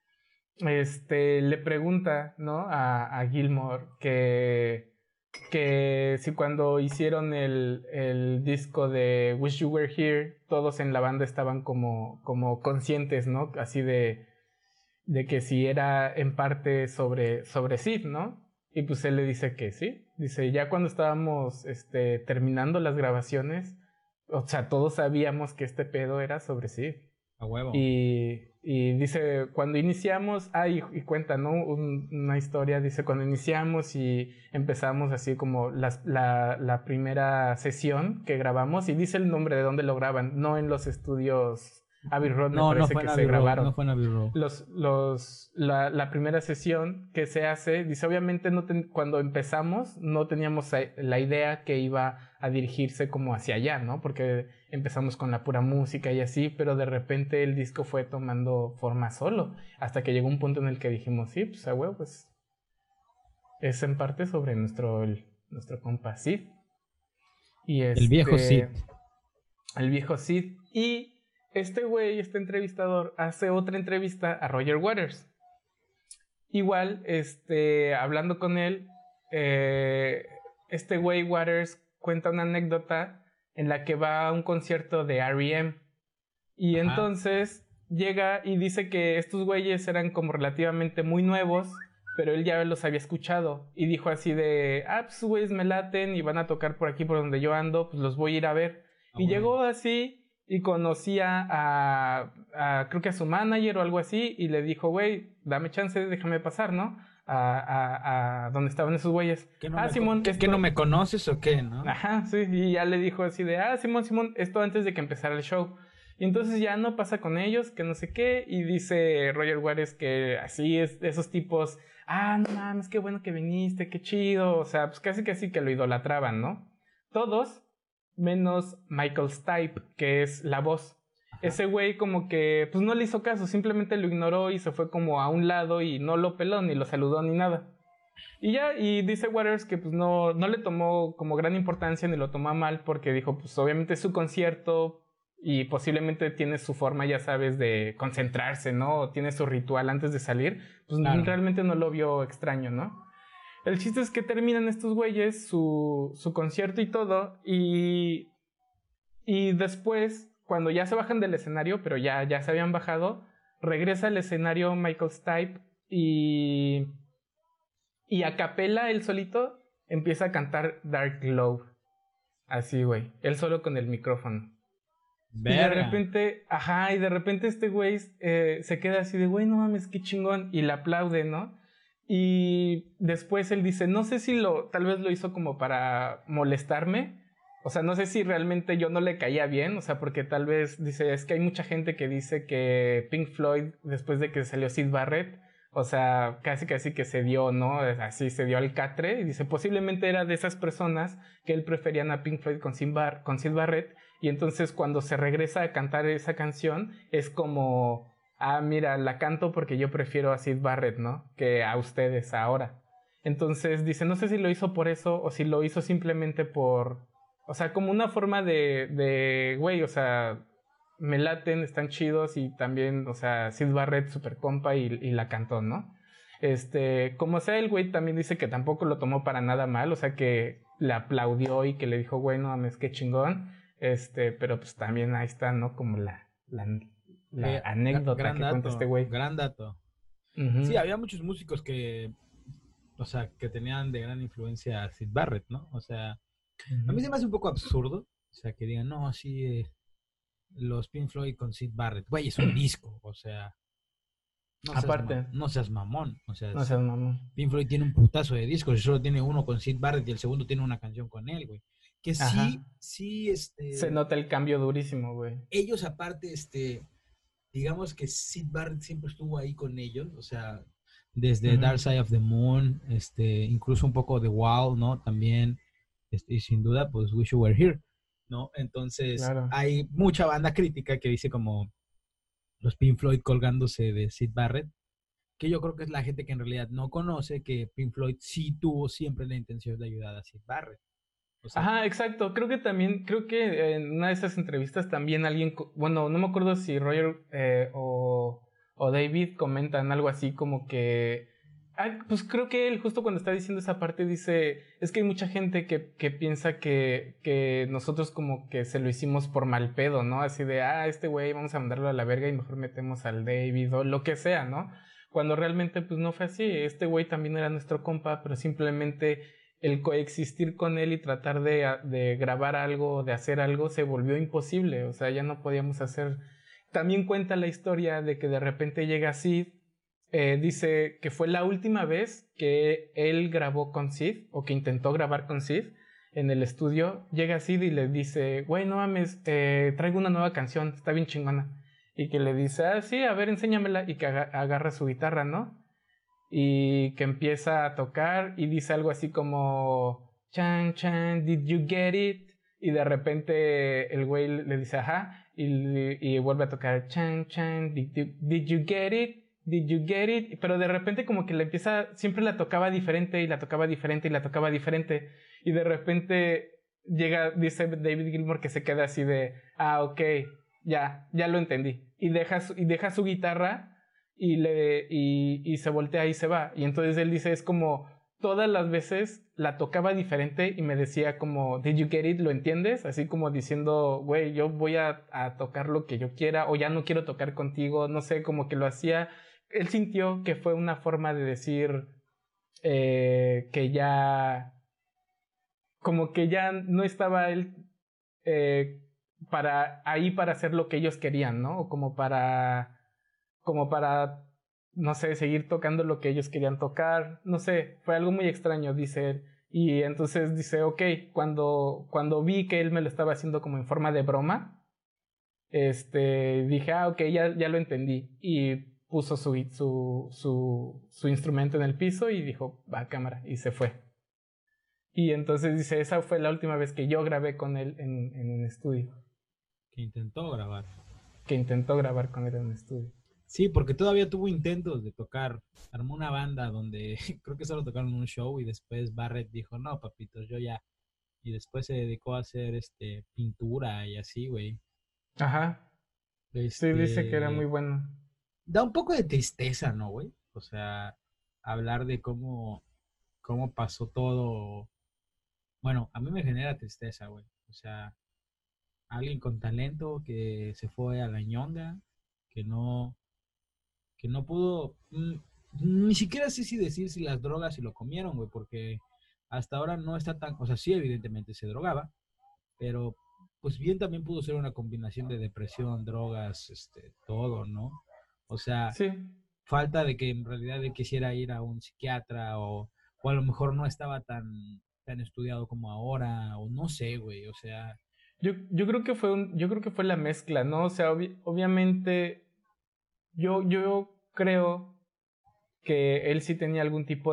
le pregunta, ¿no? A Gilmour que si cuando hicieron el disco de Wish You Were Here, todos en la banda estaban como conscientes, ¿no? Así de que si era en parte sobre Sid, ¿no? Y pues él le dice que sí. Dice, ya cuando estábamos terminando las grabaciones, o sea, todos sabíamos que este pedo era sobre Sid. A huevo. Y dice, cuando iniciamos, y cuenta, ¿no? Una historia, dice, cuando iniciamos y empezamos así como la primera sesión que grabamos, y dice el nombre de dónde lo graban, no en los estudios Abbey Road, me parece que se grabaron. No fue en Abbey Road. La primera sesión que se hace, dice, obviamente cuando empezamos no teníamos la idea que iba a dirigirse como hacia allá, ¿no? Porque empezamos con la pura música y así, pero de repente el disco fue tomando forma solo, hasta que llegó un punto en el que dijimos, sí, pues huevo, pues es en parte sobre nuestro compa Sid. Y el viejo Sid. El viejo Sid. Y este entrevistador, hace otra entrevista a Roger Waters. Igual, hablando con él, este güey Waters cuenta una anécdota en la que va a un concierto de R.E.M. Y entonces llega y dice que estos güeyes eran como relativamente muy nuevos, pero él ya los había escuchado. Y dijo así de, pues güeyes me laten y van a tocar por aquí por donde yo ando, pues los voy a ir a ver. Y llegó así y conocía creo que a su manager o algo así, y le dijo, güey, dame chance, déjame pasar, ¿no? A donde estaban esos güeyes. Simón, ¿que no me conoces o qué, no? Ajá, sí, y ya le dijo así de, Simón, esto antes de que empezara el show. Y entonces ya no pasa con ellos, que no sé qué, y dice Roger Waters que así es, de esos tipos, no mames, qué bueno que viniste, qué chido, o sea, pues casi que lo idolatraban, ¿no? Todos, menos Michael Stipe, que es la voz. Ese güey como que pues no le hizo caso, simplemente lo ignoró y se fue como a un lado y no lo peló, ni lo saludó, ni nada. Y ya, y dice Waters que pues no le tomó como gran importancia ni lo tomó mal, porque dijo, pues obviamente es su concierto y posiblemente tiene su forma, ya sabes, de concentrarse, ¿no? O tiene su ritual antes de salir, pues realmente no lo vio extraño, ¿no? El chiste es que terminan estos güeyes su concierto y todo, y Y después, cuando ya se bajan del escenario, pero ya se habían bajado, regresa al escenario Michael Stipe y a capela, él solito, empieza a cantar Dark Globe. Así, güey. Él solo con el micrófono. Y de Verga. repente, ajá, y de repente este güey se queda así de, güey, no mames, qué chingón. Y le aplaude, ¿no? Y después él dice, no sé si tal vez lo hizo como para molestarme. O sea, no sé si realmente yo no le caía bien. O sea, porque tal vez dice, es que hay mucha gente que dice que Pink Floyd, después de que salió Sid Barrett, o sea, casi que se dio, ¿no? Así se dio al catre. Y dice, posiblemente era de esas personas que él preferían a Pink Floyd con Sid Barrett. Y entonces cuando se regresa a cantar esa canción, es como, ah, mira, la canto porque yo prefiero a Sid Barrett, ¿no? Que a ustedes ahora. Entonces dice, no sé si lo hizo por eso o si lo hizo simplemente o sea, como una forma güey, o sea, me laten, están chidos y también, o sea, Sid Barrett, super compa y la cantó, ¿no? Como sea, el güey también dice que tampoco lo tomó para nada mal, o sea, que le aplaudió y que le dijo, güey, no mames, qué chingón. Pero pues también ahí está, ¿no? Como la anécdota Gran que cuenta este dato, güey. gran dato. Sí, Uh-huh. había muchos músicos que, o sea, que tenían de gran influencia a Sid Barrett, ¿no? O sea, a mí Uh-huh. se me hace un poco absurdo, o sea, que digan, no, sí, los Pink Floyd con Sid Barrett, güey, es un disco, o sea, Aparte, no seas mamón, o sea, no seas mamón. Pink Floyd tiene un putazo de discos, y solo tiene uno con Sid Barrett y el segundo tiene una canción con él, güey. Que Ajá. sí, Se nota el cambio durísimo, güey. ellos aparte, digamos que Sid Barrett siempre estuvo ahí con ellos, o sea, desde Uh-huh. Dark Side of the Moon, incluso un poco de Wow, ¿no? También, y sin duda, pues Wish You Were Here, ¿no? Entonces, Claro. hay mucha banda crítica que dice como los Pink Floyd colgándose de Sid Barrett, que yo creo que es la gente que en realidad no conoce que Pink Floyd sí tuvo siempre la intención de ayudar a Sid Barrett. O sea, Ajá, exacto. Creo que en una de esas entrevistas también alguien, bueno, no me acuerdo si Roger o David comentan algo así como que, pues creo que él justo cuando está diciendo esa parte dice, es que hay mucha gente que piensa que nosotros como que se lo hicimos por mal pedo, ¿no? Así de, este güey vamos a mandarlo a la verga y mejor metemos al David o lo que sea, ¿no? Cuando realmente pues no fue así. Este güey también era nuestro compa, pero simplemente el coexistir con él y tratar de grabar algo, de hacer algo, se volvió imposible. O sea, ya no podíamos hacer. También cuenta la historia de que de repente llega Sid, dice que fue la última vez que él grabó con Sid, o que intentó grabar con Sid en el estudio. Llega Sid y le dice, güey, no mames, traigo una nueva canción, está bien chingona. Y que le dice, sí, a ver, enséñamela. Y que agarra su guitarra, ¿no? Y que empieza a tocar y dice algo así como Chan Chan, did you get it? Y de repente el güey le dice ajá y vuelve a tocar Chan Chan, did you get it? Did you get it? Pero de repente como que le empieza, siempre la tocaba diferente y la tocaba diferente y la tocaba diferente y de repente dice David Gilmour que se queda así de, ok, ya lo entendí y deja su guitarra y se voltea y se va. Y entonces él dice, es como todas las veces la tocaba diferente y me decía como, did you get it? ¿Lo entiendes? Así como diciendo, güey, yo voy a tocar lo que yo quiera o ya no quiero tocar contigo, no sé, como que lo hacía. Él sintió que fue una forma de decir que ya, como que ya no estaba él eh, para hacer lo que ellos querían, ¿no? O como para, no sé, seguir tocando lo que ellos querían tocar, no sé, fue algo muy extraño, dice él. Y entonces dice, ok, cuando vi que él me lo estaba haciendo como en forma de broma, dije, ok, ya lo entendí. Y puso su instrumento en el piso y dijo, va a cámara, y se fue. Y entonces dice, esa fue la última vez que yo grabé con él en un estudio, que intentó grabar. que intentó grabar con él en un estudio. Sí, porque todavía tuvo intentos de tocar. Armó una banda donde creo que solo tocaron un show y después Barrett dijo, no, papitos, yo ya. Y después se dedicó a hacer pintura y así, güey. Ajá, sí, dice que era muy Este bueno. Da un poco de tristeza, ¿no, güey? O sea, hablar de cómo pasó todo. Bueno, a mí me genera tristeza, güey. O sea, alguien con talento que se fue a la ñonga, que no, que no pudo, ni siquiera sé si decir si las drogas se lo comieron, güey, porque hasta ahora no está tan, o sea, sí, evidentemente se drogaba, pero pues bien también pudo ser una combinación de depresión, drogas, todo, ¿no? O sea, Sí, falta de que en realidad él quisiera ir a un psiquiatra o a lo mejor no estaba tan estudiado como ahora, o no sé, güey, o sea, yo creo que fue yo creo que fue la mezcla, ¿no? O sea, obviamente yo creo que él sí tenía algún tipo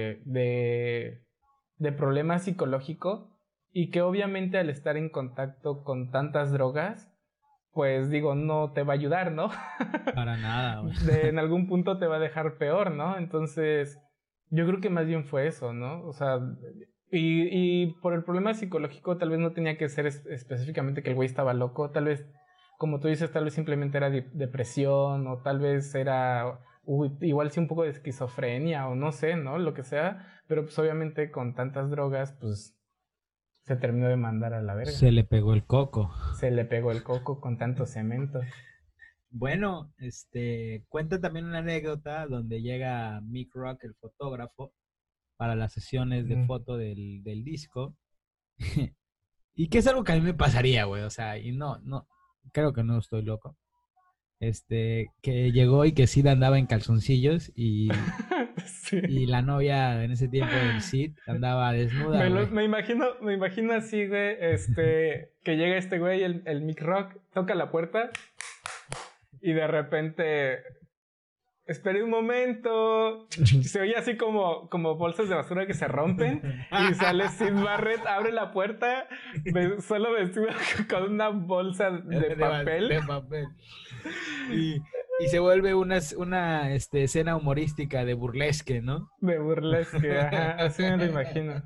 de problema psicológico y que obviamente al estar en contacto con tantas drogas, pues digo, no te va a ayudar, ¿no? para nada, güey. En algún punto te va a dejar peor, ¿no? Entonces, yo creo que más bien fue eso, ¿no? O sea, y por el problema psicológico tal vez no tenía que ser específicamente que el güey estaba loco, tal vez, como tú dices, tal vez simplemente era depresión o tal vez era igual sí un poco de esquizofrenia o no sé, ¿no? Lo que sea, pero pues obviamente con tantas drogas, pues se terminó de mandar a la verga. Se le pegó el coco. Se le pegó el coco con tanto cemento. Bueno, cuenta también una anécdota donde llega Mick Rock, el fotógrafo, para las sesiones de Mm. foto del disco. Y que es algo que a mí me pasaría, güey. O sea, y no, creo que no estoy loco. Que llegó y que Sid andaba en calzoncillos Sí. y la novia en ese tiempo del Sid andaba desnuda, güey. Me imagino así, güey, que llega este güey, el Mick Rock, toca la puerta y de repente, esperé un momento, se oye así como bolsas de basura que se rompen y sale Sid Barrett, abre la puerta, solo vestido con una bolsa de papel. De papel. Y, y se vuelve una escena humorística de burlesque, ¿no? De burlesque, ajá, así me lo imagino.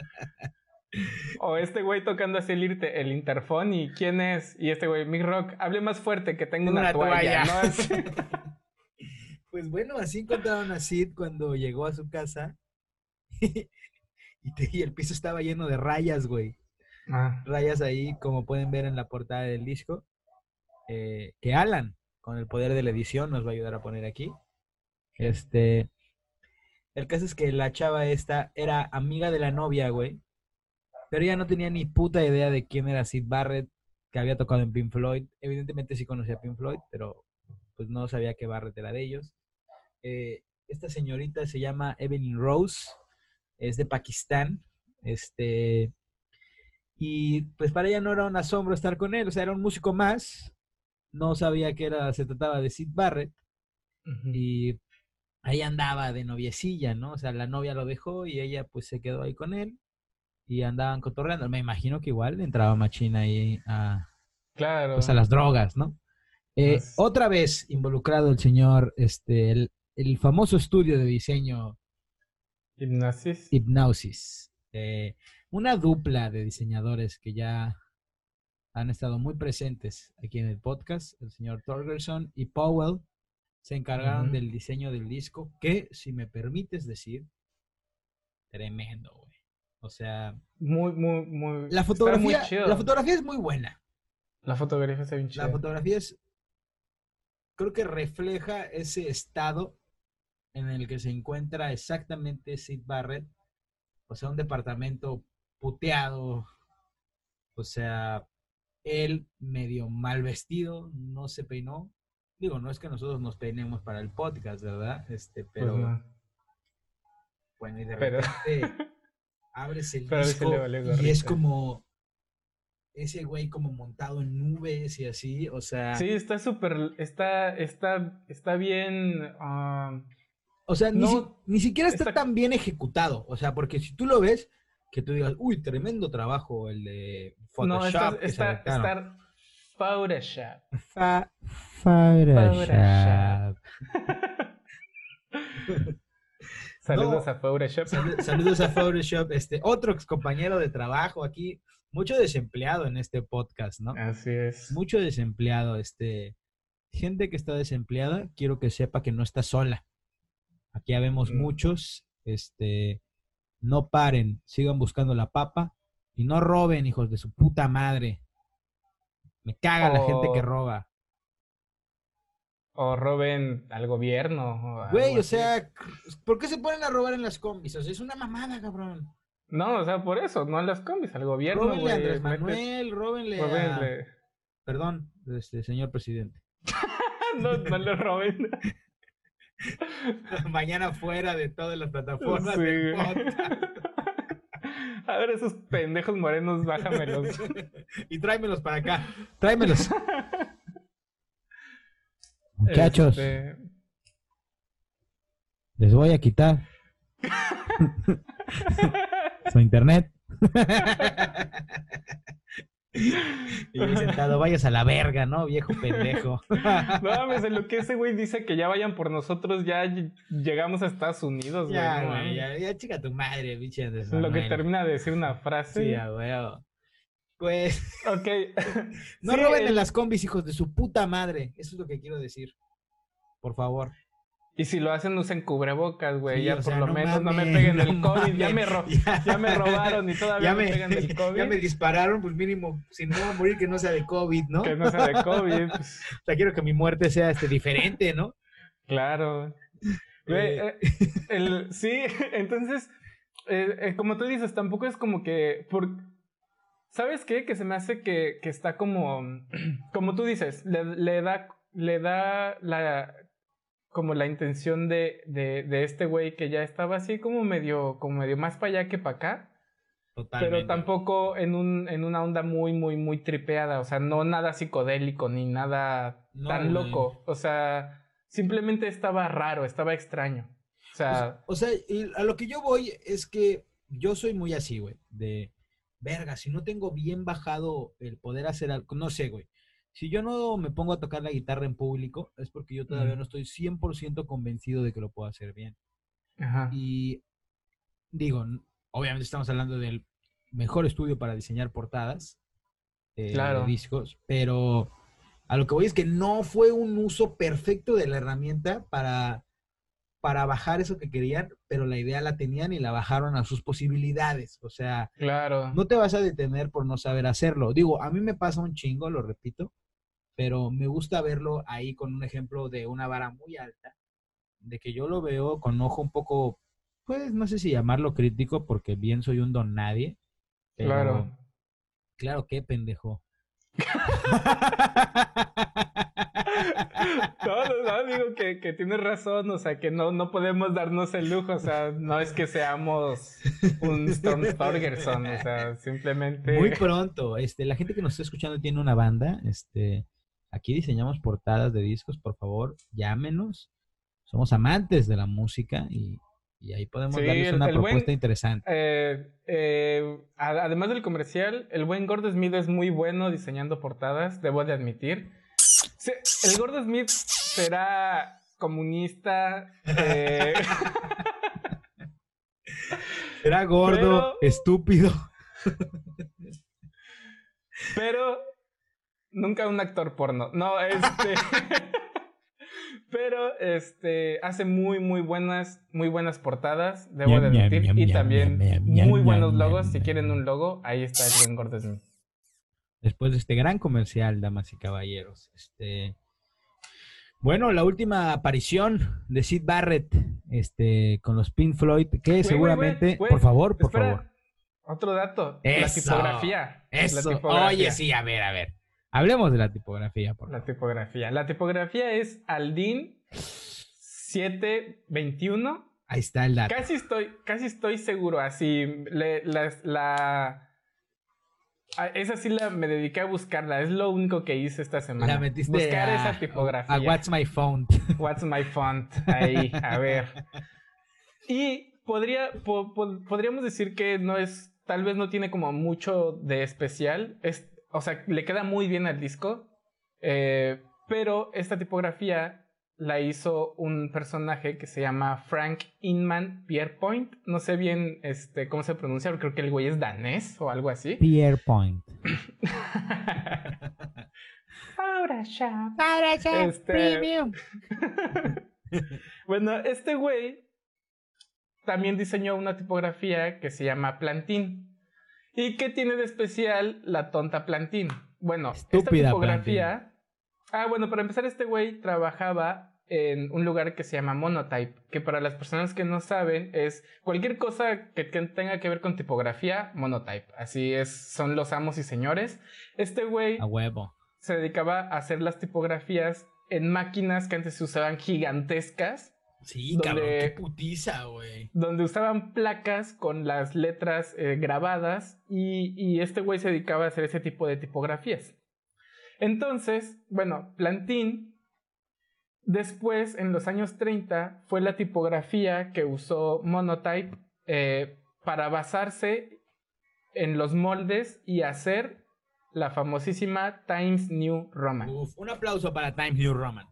O este güey tocando así el interfón y ¿quién es? Y este güey, Mick Rock, hable más fuerte que tengo Tengo una una toalla, toalla. ¿no? Así. Pues bueno, así encontraron a Sid cuando llegó a su casa y el piso estaba lleno de rayas, güey. Ah, Rayas ahí, como pueden ver en la portada del disco, que Alan, con el poder de la edición, nos va a ayudar a poner aquí. Este, el caso es que la chava esta era amiga de la novia, güey, pero ella no tenía ni puta idea de quién era Sid Barrett, que había tocado en Pink Floyd. Evidentemente sí conocía a Pink Floyd, pero pues no sabía que Barrett era de ellos. Esta señorita se llama Evelyn Rose, es de Pakistán, y pues para ella no era un asombro estar con él, o sea, era un músico más, no sabía que se trataba de Sid Barrett, uh-huh. y ahí andaba de noviecilla, ¿no? O sea, la novia lo dejó y ella pues se quedó ahí con él y andaban cotorreando. Me imagino que igual entraba machina ahí pues a Claro. las drogas, ¿no? Más Otra vez involucrado el señor, el famoso estudio de diseño hipnosis. Hipnosis. Una dupla de diseñadores que ya han estado muy presentes aquí en el podcast, el señor Torgerson y Powell, se encargaron Uh-huh. del diseño del disco, que, si me permites decir, tremendo, güey. O sea, Muy. Está muy la chido. fotografía es muy buena. La fotografía está bien La chida. fotografía creo que refleja ese estado en el que se encuentra exactamente Sid Barrett, o sea, un departamento puteado, o sea, él medio mal vestido, no se peinó. Digo, no es que nosotros nos peinemos para el podcast, ¿verdad? Pues Pero no. bueno, y de Pero. repente abres el Pero a ver si le disco vale y es gorrita. como ese güey como montado en nubes y así, o sea, Sí, está súper. Está bien. o sea, No. ni siquiera está Está. tan bien ejecutado, o sea, porque si tú lo ves, que tú digas, uy, tremendo trabajo el de No, Photoshop que se aventaron. está Photoshop. Photoshop. Photoshop. Saludos No, a Photoshop. saludos a Photoshop, otro ex compañero de trabajo aquí, mucho desempleado en este podcast, ¿no? Así es. Mucho desempleado, gente que está desempleada, quiero que sepa que no está sola. Aquí habemos Mm. muchos, no paren, sigan buscando la papa y no roben, hijos de su puta madre. Me caga la gente que O, roba. o roben al gobierno o algo Güey, o así. sea, ¿por qué se ponen a robar en las combis? O sea, es una mamada, cabrón. No, o sea, por eso, no a las combis, al gobierno, Róbenle a güey. Andrés Manuel, róbenle a... Róbenle. Perdón, señor presidente. No, no le roben. Mañana fuera de todas las plataformas del Sí. podcast. A ver, esos pendejos morenos, bájamelos. Y tráemelos para acá. Tráemelos. Muchachos, Este. les voy a quitar su internet. Y ahí sentado, vayas a la verga, ¿no? Viejo pendejo. No mames, en lo que ese güey dice que ya vayan por nosotros, ya llegamos a Estados Unidos, güey. Ya, No güey, mames. ya chica tu madre, pinche Andrés En lo que Manuel. termina de decir una Sí, frase. a huevo. Pues, Ok. no Sí, roben en las combis, hijos de su puta madre. Eso es lo que quiero decir. Por favor. Y si lo hacen, usen cubrebocas, güey. Sí, Ya o por sea, lo no menos no me mamen, peguen no el COVID. mamen. Ya me robaron y todavía Ya me pegan del COVID. ya me dispararon, pues mínimo, si no va a morir que no sea de COVID, ¿no? Que no sea de COVID. Pues, O sea, quiero que mi muerte sea diferente, ¿no? claro. Güey, Eh, sí, entonces, como tú dices, tampoco es como que... ¿Sabes qué? Que se me hace que está como... Como tú dices, le da como la intención de este güey que ya estaba así como medio más para allá que para acá. Pero Totalmente. tampoco en una onda muy, muy, muy tripeada. O sea, no nada psicodélico ni nada No, tan güey. loco. O sea, simplemente estaba raro, estaba extraño. O sea, O sea, y a lo que yo voy es que yo soy muy así, güey, de verga, si no tengo bien bajado el poder hacer algo, no sé, güey. Si yo no me pongo a tocar la guitarra en público, es porque yo todavía no estoy 100% convencido de que lo puedo hacer bien. ajá, Y digo, obviamente estamos hablando del mejor estudio para diseñar portadas de claro, discos, pero a lo que voy es que no fue un uso perfecto de la herramienta para bajar eso que querían, pero la idea la tenían y la bajaron a sus posibilidades. O sea, claro. no te vas a detener por no saber hacerlo. Digo, a mí me pasa un chingo, lo repito, pero me gusta verlo ahí con un ejemplo de una vara muy alta, de que yo lo veo con ojo un poco, pues no sé si llamarlo crítico, porque bien soy un don nadie, pero Claro. claro que pendejo. No, no, no, digo que tienes razón, o sea, que no podemos darnos el lujo, o sea, no es que seamos un Storm Thorgerson, o sea, Muy simplemente... pronto, la gente que nos está escuchando tiene una banda, aquí diseñamos portadas de discos, por favor, llámenos. Somos amantes de la música y ahí Sí, podemos darles una el propuesta buen, interesante. además del comercial, el buen Gordo Smith es muy bueno diseñando portadas, debo de admitir. Sí, el Gordo Smith será comunista, Era gordo, pero, estúpido. pero nunca un actor porno. No, pero hace muy buenas portadas, debo de Ñam, ñam, admitir, ñam, y ñam, ñam, también ñam, ñam, muy ñam, buenos ñam, logos. Si ñam. quieren un logo, ahí está el buen Gordo Smith. Después de este gran comercial, damas y caballeros. Bueno, la última aparición de Sid Barrett, con los Pink Floyd, que seguramente, por favor, por favor. Espera, otro dato, la Eso, tipografía. La eso. Oye, tipografía. sí, a ver, a ver. Hablemos de la tipografía, por La favor. tipografía. La tipografía es Aldin 721. Ahí está el dato. Casi estoy seguro. Así, esa sí me dediqué a buscarla. Es lo único que hice esta semana. La metiste Buscar esa tipografía. a What's My Font. What's my font. Ahí, a ver. Y podríamos decir que no es, tal vez no tiene como mucho de especial. O sea, le queda muy bien al disco. Pero esta tipografía la hizo un personaje que se llama Frank Inman Pierpoint. No sé bien cómo se pronuncia, pero creo que el güey es danés o algo así. Pierpoint. Photoshop. Premium. Bueno, este güey también diseñó una tipografía que se llama Plantin. ¿Y qué tiene de especial la tonta Plantin? bueno, esta Estúpida Plantin. tipografía... Ah, bueno, para empezar, este güey trabajaba en un lugar que se llama Monotype, que para las personas que no saben es cualquier cosa que tenga que ver con tipografía, Monotype. Así es, son los amos y señores. Este güey A huevo. se dedicaba a hacer las tipografías en máquinas que antes se usaban gigantescas, Sí, cabrón, qué putiza, güey. donde usaban placas con las letras grabadas y este güey se dedicaba a hacer ese tipo de tipografías. Entonces, bueno, Plantin después, en los años 30, fue la tipografía que usó Monotype para basarse en los moldes y hacer la famosísima Times New Roman. Uf, un aplauso para Times New Roman.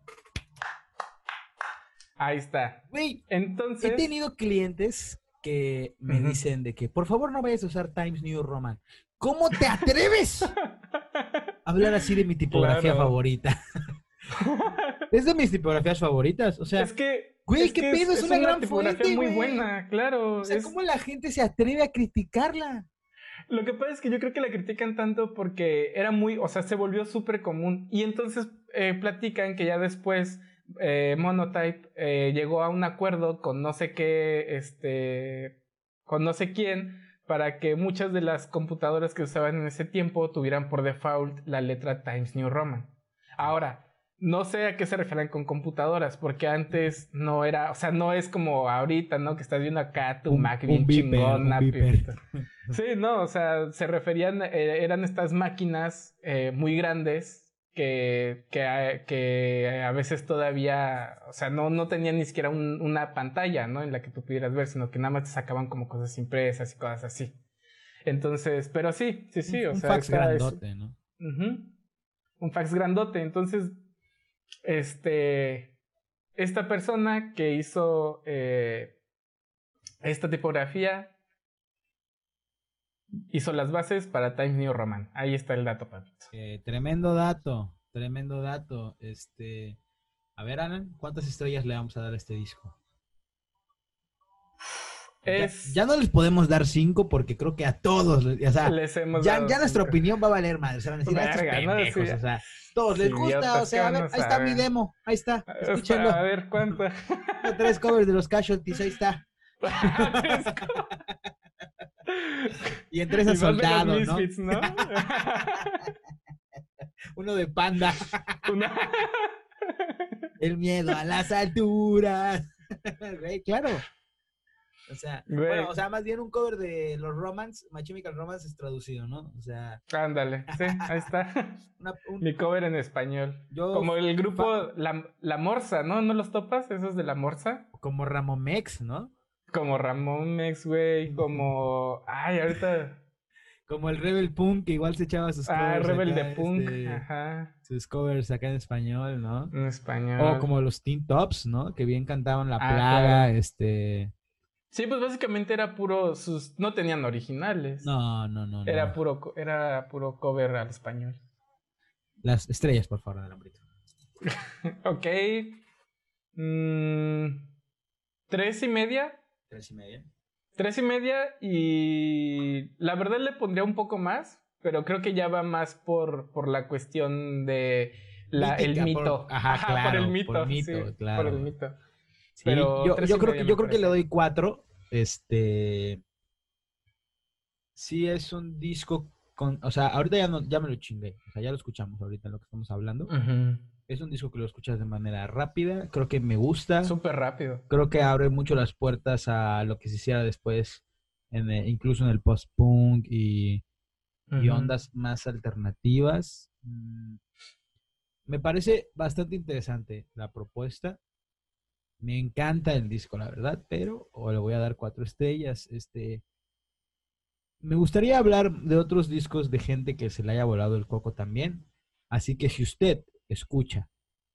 Ahí está. Güey, Entonces, he tenido clientes que me dicen de que, por favor, no vayas a usar Times New Roman. ¿Cómo te atreves a hablar así de mi tipografía favorita? Es de mis tipografías favoritas, o sea, es que, güey, qué pedo, es una gran tipografía fuente, muy güey. buena, claro. O sea, ¿cómo la gente se atreve a criticarla? Lo que pasa es que yo creo que la critican tanto porque era muy, o sea, se volvió súper común. Y entonces platican que ya después Monotype llegó a un acuerdo con no sé qué, con no sé quién, para que muchas de las computadoras que usaban en ese tiempo tuvieran por default la letra Times New Roman. Ahora, no sé a qué se refieren con computadoras, porque antes no era, o sea, no es como ahorita, ¿no? Que estás viendo acá tu Mac bien chingona. Sí, no, o sea, se referían, eran estas máquinas muy grandes que a veces todavía, o sea, no tenían ni siquiera una pantalla, ¿no? En la que tú pudieras ver, sino que nada más te sacaban como cosas impresas y cosas así. Entonces, pero sí, o sea. Un fax grandote, ¿no? Un fax grandote, entonces, esta persona que hizo esta tipografía hizo las bases para Times New Roman. Ahí está el dato, papito. Tremendo dato, tremendo dato. A ver, Alan, ¿cuántas estrellas le vamos a dar a este disco? Ya no les podemos dar 5 porque creo que a todos, o sea, les hemos ya dado nuestra 5. opinión va a valer madre. Se van a decir, estos pendejos, Sí. o sea, todos les gusta, o sea, a ver, ahí está mi demo, ahí está, escúchenlo. A ver, ¿cuánto? 3 covers de los Casualties, ahí está. Y entre esos soldados, ¿no? Misfits, ¿no? Uno de Panda. El miedo a las alturas. Güey, claro. O sea, bueno, o sea, más bien un cover de los Romance, My Chemical Romance es traducido, ¿no? O sea. Ándale, sí, ahí está. Mi cover en español. Como el grupo La Morsa, ¿no? ¿No los topas? Esos de La Morsa. Como Ramomex, ¿no? Como Ramomex, güey. Como. Ay, ahorita. Como el Rebel Punk, que igual se echaba sus covers. Rebel acá, de Punk, ajá. Sus covers acá en español, ¿no? En español. O como los Teen Tops, ¿no? Que bien cantaban La Plaga, claro. Sí, pues básicamente era puro. No tenían originales. No. Era puro cover al español. Las estrellas, por favor, Alambrito. Ok. 3.5. 3.5. 3.5 y la verdad le pondría un poco más, pero creo que ya va más por la cuestión de el mito. Claro, por el mito. Por mito, sí, claro. Por el mito. Sí, pero yo creo que le doy 4. Sí es un disco con, o sea, ahorita ya me lo chingué, o sea, ya lo escuchamos ahorita en lo que estamos hablando. Es un disco que lo escuchas de manera rápida, creo que me gusta. Súper rápido. Creo que abre mucho las puertas a lo que se hiciera después, incluso en el post-punk y ondas más alternativas. Me parece bastante interesante la propuesta. Me encanta el disco, la verdad, pero le voy a dar 4 estrellas. Me gustaría hablar de otros discos de gente que se le haya volado el coco también. Así que si usted escucha,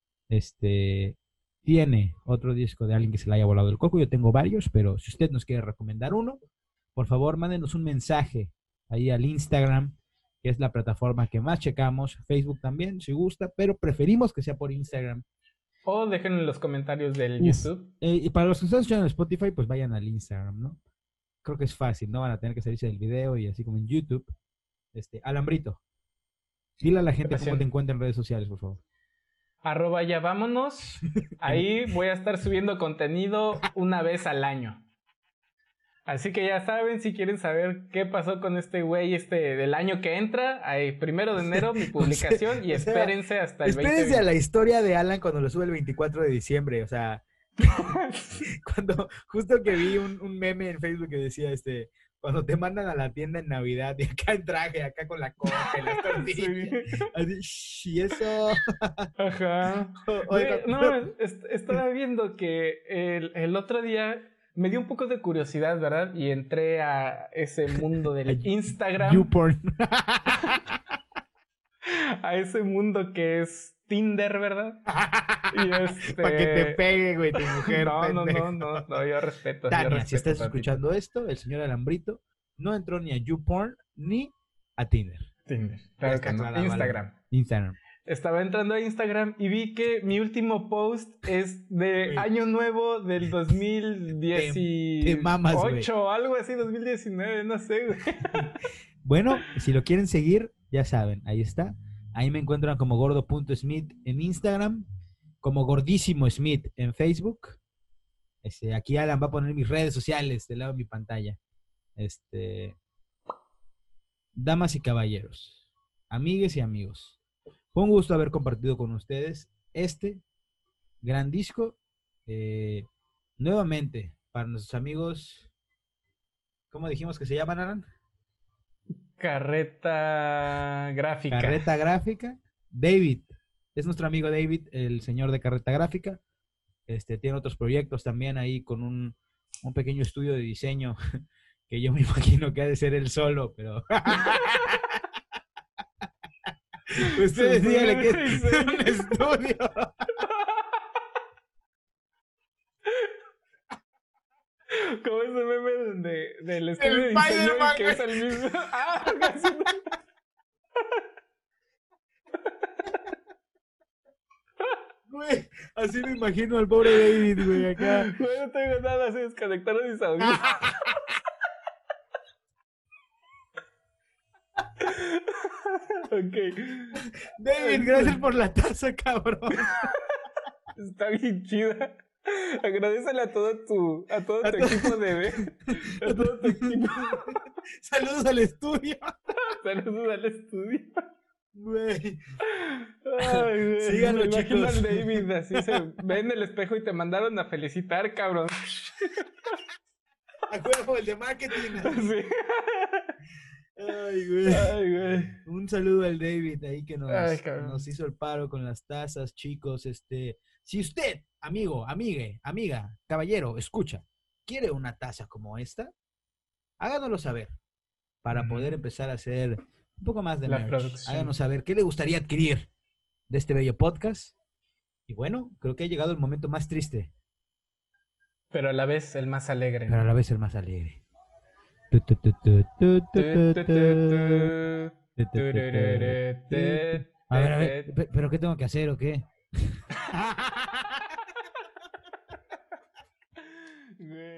tiene otro disco de alguien que se le haya volado el coco, yo tengo varios, pero si usted nos quiere recomendar uno, por favor, mándenos un mensaje ahí al Instagram, que es la plataforma que más checamos. Facebook también, si gusta, pero preferimos que sea por Instagram. O dejen en los comentarios del YouTube. Y para los que están escuchando en Spotify, pues vayan al Instagram, ¿no? Creo que es fácil, no van a tener que salirse del video y así como en YouTube. Alambrito, Dile a la gente cómo pasión. te encuentra en redes sociales, por favor. @ya vámonos. Ahí voy a estar subiendo contenido una vez al año. Así que ya saben, si quieren saber qué pasó con este güey del año que entra, ahí, 1 de enero mi publicación y espérense hasta el 2020. Espérense a la historia de Alan cuando lo sube el 24 de diciembre, o sea, cuando justo que vi un meme en Facebook que decía, cuando te mandan a la tienda en Navidad y acá en traje, acá con la coca y las tortillas, Sí. así, y eso. Ajá. Oiga, No, estaba viendo que el otro día me dio un poco de curiosidad, ¿verdad? Y entré a ese mundo del Instagram. YouPorn. A ese mundo que es Tinder, ¿verdad? Y Para que te pegue, güey, tu mujer. No, yo respeto. Tania, yo respeto si estás tantito. escuchando esto, el señor Alambrito no entró ni a YouPorn ni a Tinder. Tinder, claro que no. Instagram. Estaba entrando a Instagram y vi que mi último post es de Año Nuevo del 2018. Te mamas, güey. Algo así, 2019, no sé, güey. Bueno, si lo quieren seguir, ya saben, ahí está. Ahí me encuentran como gordo.smith en Instagram, como gordísimo Smith en Facebook. Aquí Alan va a poner mis redes sociales del lado de mi pantalla. Damas y caballeros, amigues y amigos, fue un gusto haber compartido con ustedes este gran disco. Nuevamente, para nuestros amigos, ¿cómo dijimos que se llaman, Alan? Carreta Gráfica. Carreta Gráfica. David, es nuestro amigo David, el señor de Carreta Gráfica. Tiene otros proyectos también ahí con un pequeño estudio de diseño que yo me imagino que ha de ser él solo, pero... Ustedes díganle que es un estudio. Como ese meme del estudio de diseño Spider-Man, que es el mismo. Casi no. Güey, así me imagino al pobre David, güey, acá. Güey, no tengo nada, así desconectaron mis audífonos. Ok. David, gracias por la taza, cabrón. Está bien chida. Agradecele a todo tu equipo a todo tu equipo. Saludos al estudio. Saludos al estudio. Güey. Ay, güey. Síganlo, me chicos. imagino al David así se ve en el espejo y te mandaron a felicitar, cabrón. A huevo, el de marketing. Sí. Ay, güey. Ay, güey. Un saludo al David ahí que nos hizo el paro con las tazas, chicos. Si usted, amigo, amiga, caballero, escucha, quiere una taza como esta, háganoslo saber para poder empezar a hacer un poco más de merch. Háganos saber qué le gustaría adquirir de este bello podcast. Y bueno, creo que ha llegado el momento más triste. Pero a la vez el más alegre. Pero a la vez el más alegre. A ver, ¿pero qué tengo que hacer o qué? Güey.